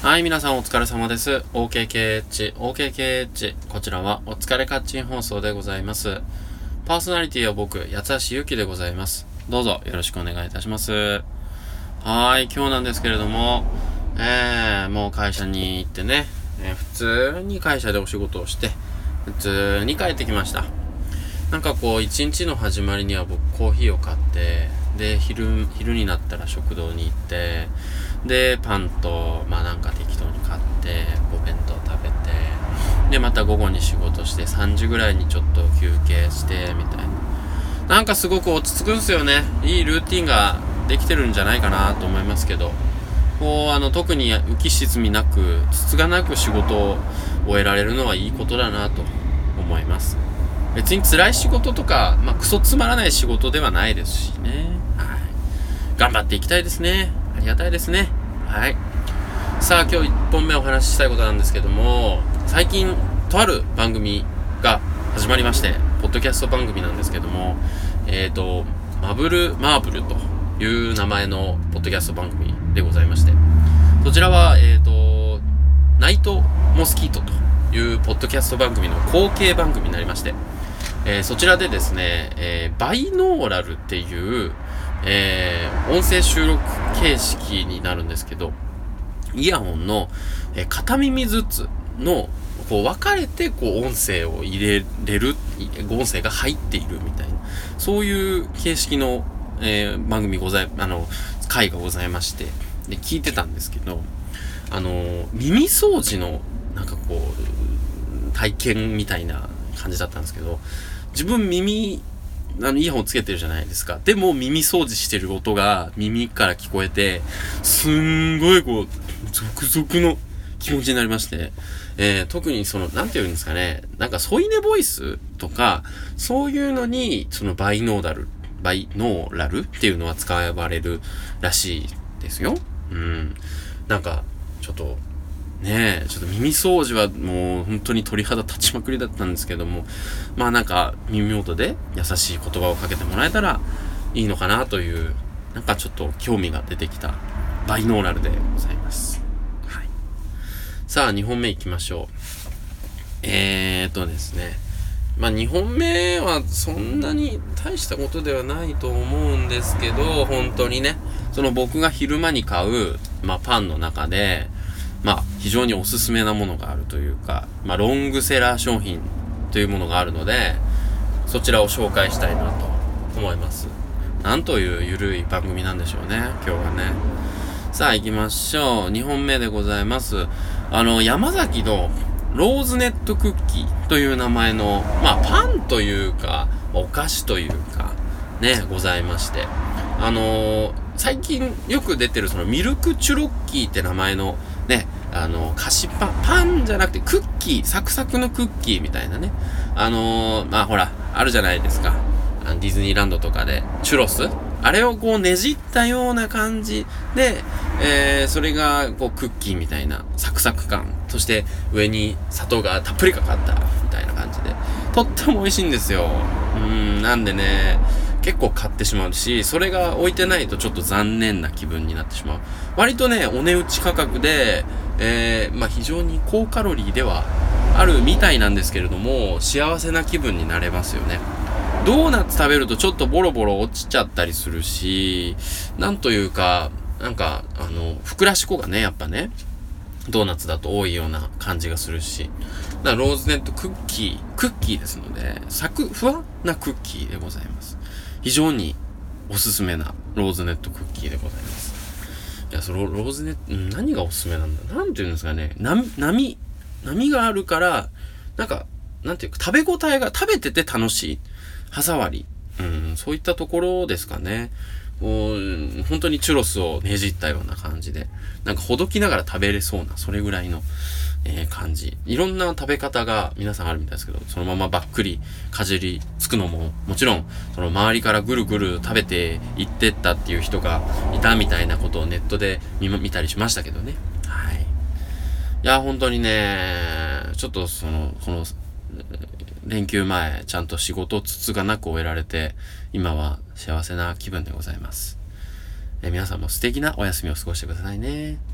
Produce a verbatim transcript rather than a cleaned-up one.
はい、皆さんお疲れ様です。オーケーケーエイチ、オーケーケーエイチ。こちらはお疲れカッチン放送でございます。パーソナリティは僕、八橋ゆきでございます。どうぞよろしくお願いいたします。はい、今日なんですけれども、えー、もう会社に行ってね、えー、普通に会社でお仕事をして、普通に帰ってきました。なんかこう、一日の始まりには僕コーヒーを買って、で、昼、昼になったら食堂に行って、で、パンと、まあなんか適当に買って、お弁当食べて、で、また午後に仕事して、さんじぐらいにちょっと休憩して、みたいな。なんかすごく落ち着くんすよね。いいルーティンができてるんじゃないかなと思いますけど、こう、あの、特に浮き沈みなく、つつがなく仕事を終えられるのはいいことだなと思います。別に辛い仕事とか、まあ、クソつまらない仕事ではないですしね。はい。頑張っていきたいですね。ありがたいですね。はい。さあ、今日いっぽんめお話ししたいことなんですけども、最近、とある番組が始まりまして、ポッドキャスト番組なんですけども、えっと、マブルマーブルという名前のポッドキャスト番組でございまして、そちらは、えっと、ナイトモスキートというポッドキャスト番組の後継番組になりまして、えー、そちらでですね、えー、バイノーラルっていう、えー、音声収録形式になるんですけど、イヤホンの、えー、片耳ずつのこう分かれてこう音声を入れれる、音声が入っているみたいな、そういう形式の、えー、番組ござい、あの、回がございまして、で、聞いてたんですけど、あのー、耳掃除のなんかこう、体験みたいな感じだったんですけど、自分耳、あの、イヤホンつけてるじゃないですか。でも耳掃除してる音が耳から聞こえて、すんごいこう、続々の気持ちになりまして、えー、特にその、なんて言うんですかね、なんか添い寝ボイスとか、そういうのに、そのバイノーダル、バイノーラルっていうのは使われるらしいですよ。うん。なんか、ちょっと、ねえ、ちょっと耳掃除はもう本当に鳥肌立ちまくりだったんですけども、まあなんか耳元で優しい言葉をかけてもらえたらいいのかなという、なんかちょっと興味が出てきたバイノーラルでございます。はい。さあにほんめ行きましょう。えーっとですね。まあにほんめはそんなに大したことではないと思うんですけど、本当にね、その僕が昼間に買う、まあパンの中で、まあ、非常におすすめなものがあるというか、まあ、ロングセラー商品というものがあるので、そちらを紹介したいなと思います。なんというゆるい番組なんでしょうね、今日はね。さあ行きましょう。にほんめでございます。あの、山崎のローズネットクッキーという名前の、まあ、パンというか、お菓子というか、ね、ございまして。あのー、最近よく出てるそのミルクチュロッキーって名前のね、あの、菓子パン、パンじゃなくてクッキー、サクサクのクッキーみたいなね。あのー、まあほら、あるじゃないですか。あのディズニーランドとかで、チュロスあれをこうねじったような感じで、えー、それがこうクッキーみたいなサクサク感。そして上に砂糖がたっぷりかかったみたいな感じで。とっても美味しいんですよ。うーん、なんでね、結構買ってしまうし、それが置いてないとちょっと残念な気分になってしまう。割とね、お値打ち価格で、えー、まあ非常に高カロリーではあるみたいなんですけれども、幸せな気分になれますよね。ドーナツ食べるとちょっとボロボロ落ちちゃったりするし、なんというか、なんか、あの、ふくらし粉がね、やっぱね、ドーナツだと多いような感じがするし、だからローズネットクッキー、クッキーですので、サク、ふわなクッキーでございます。非常におすすめなローズネットクッキーでございます。いや、そのローズネット、何がおすすめなんだ、なんていうんですかね、波、波、波があるから、なんか、なんていうか、食べ応えが、食べてて楽しい。歯触り。うん、そういったところですかね。こう、本当にチュロスをねじったような感じで、なんかほどきながら食べれそうな、それぐらいの、えー、感じ。いろんな食べ方が皆さんあるみたいですけど、そのままばっくりかじりつくのも、もちろん、その周りからぐるぐる食べていってったっていう人がいたみたいなことをネットで見、見たりしましたけどね。はい。いや、本当にね、ちょっとその、この、連休前、ちゃんと仕事をつつがなく終えられて、今は幸せな気分でございます。え皆さんも素敵なお休みを過ごしてくださいね。